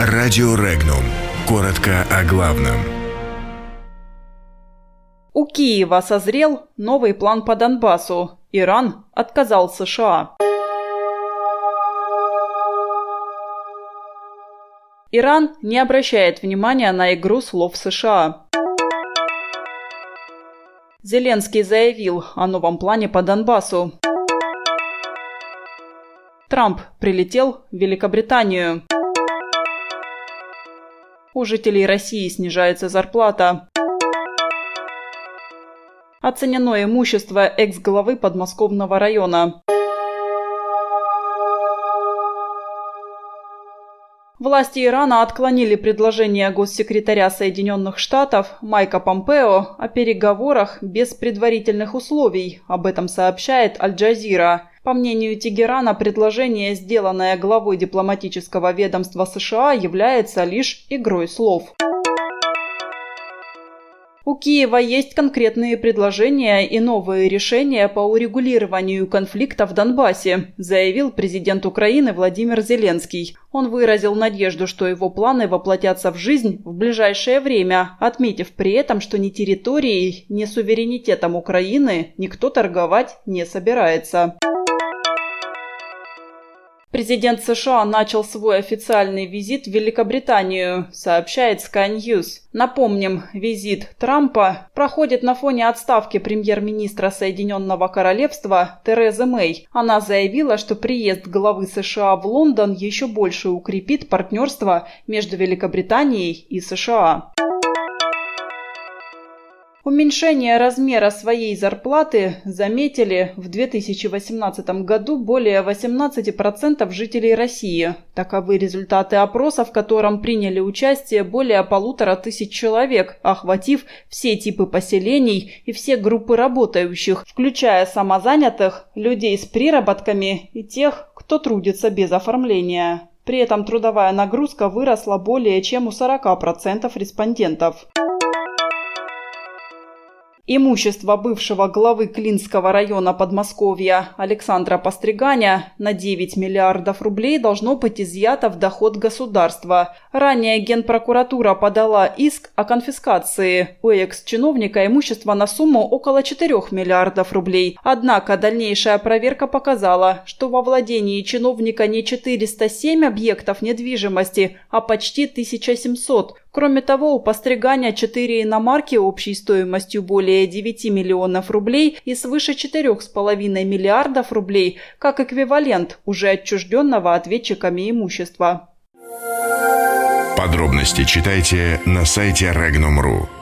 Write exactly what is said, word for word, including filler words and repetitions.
Радио Регнум. Коротко о главном. У Киева созрел новый план по Донбассу. Иран отказал США. Иран не обращает внимания на игру слов США. Зеленский заявил о новом плане по Донбассу. Трамп прилетел в Великобританию. У жителей России снижается зарплата. Оценено имущество экс-главы подмосковного района. Власти Ирана отклонили предложение госсекретаря Соединенных Штатов Майка Помпео о переговорах без предварительных условий. Об этом сообщает Аль-Джазира. По мнению Тегерана, предложение, сделанное главой дипломатического ведомства США, является лишь игрой слов. У Киева есть конкретные предложения и новые решения по урегулированию конфликта в Донбассе, заявил президент Украины Владимир Зеленский. Он выразил надежду, что его планы воплотятся в жизнь в ближайшее время, отметив при этом, что ни территорией, ни суверенитетом Украины никто торговать не собирается. Президент США начал свой официальный визит в Великобританию, сообщает Sky News. Напомним, визит Трампа проходит на фоне отставки премьер-министра Соединенного Королевства Терезы Мэй. Она заявила, что приезд главы США в Лондон еще больше укрепит партнерство между Великобританией и США. Уменьшение размера своей зарплаты заметили в две тысячи восемнадцатом году более восемнадцати процентов жителей России. Таковы результаты опроса, в котором приняли участие более полутора тысяч человек, охватив все типы поселений и все группы работающих, включая самозанятых, людей с приработками и тех, кто трудится без оформления. При этом трудовая нагрузка выросла более чем у сорока процентов респондентов. Имущество бывшего главы Клинского района Подмосковья Александра Постриганя на девять миллиардов рублей должно быть изъято в доход государства. Ранее Генпрокуратура подала иск о конфискации у экс-чиновника имущества на сумму около четырёх миллиардов рублей. Однако дальнейшая проверка показала, что во владении чиновника не четыреста семь объектов недвижимости, а почти тысяча семьсот. Кроме того, у Постриганя четыре иномарки общей стоимостью более девяти миллионов рублей и свыше четырёх с половиной миллиардов рублей, как эквивалент уже отчужденного ответчиками имущества. Подробности читайте на сайте регнум точка ру.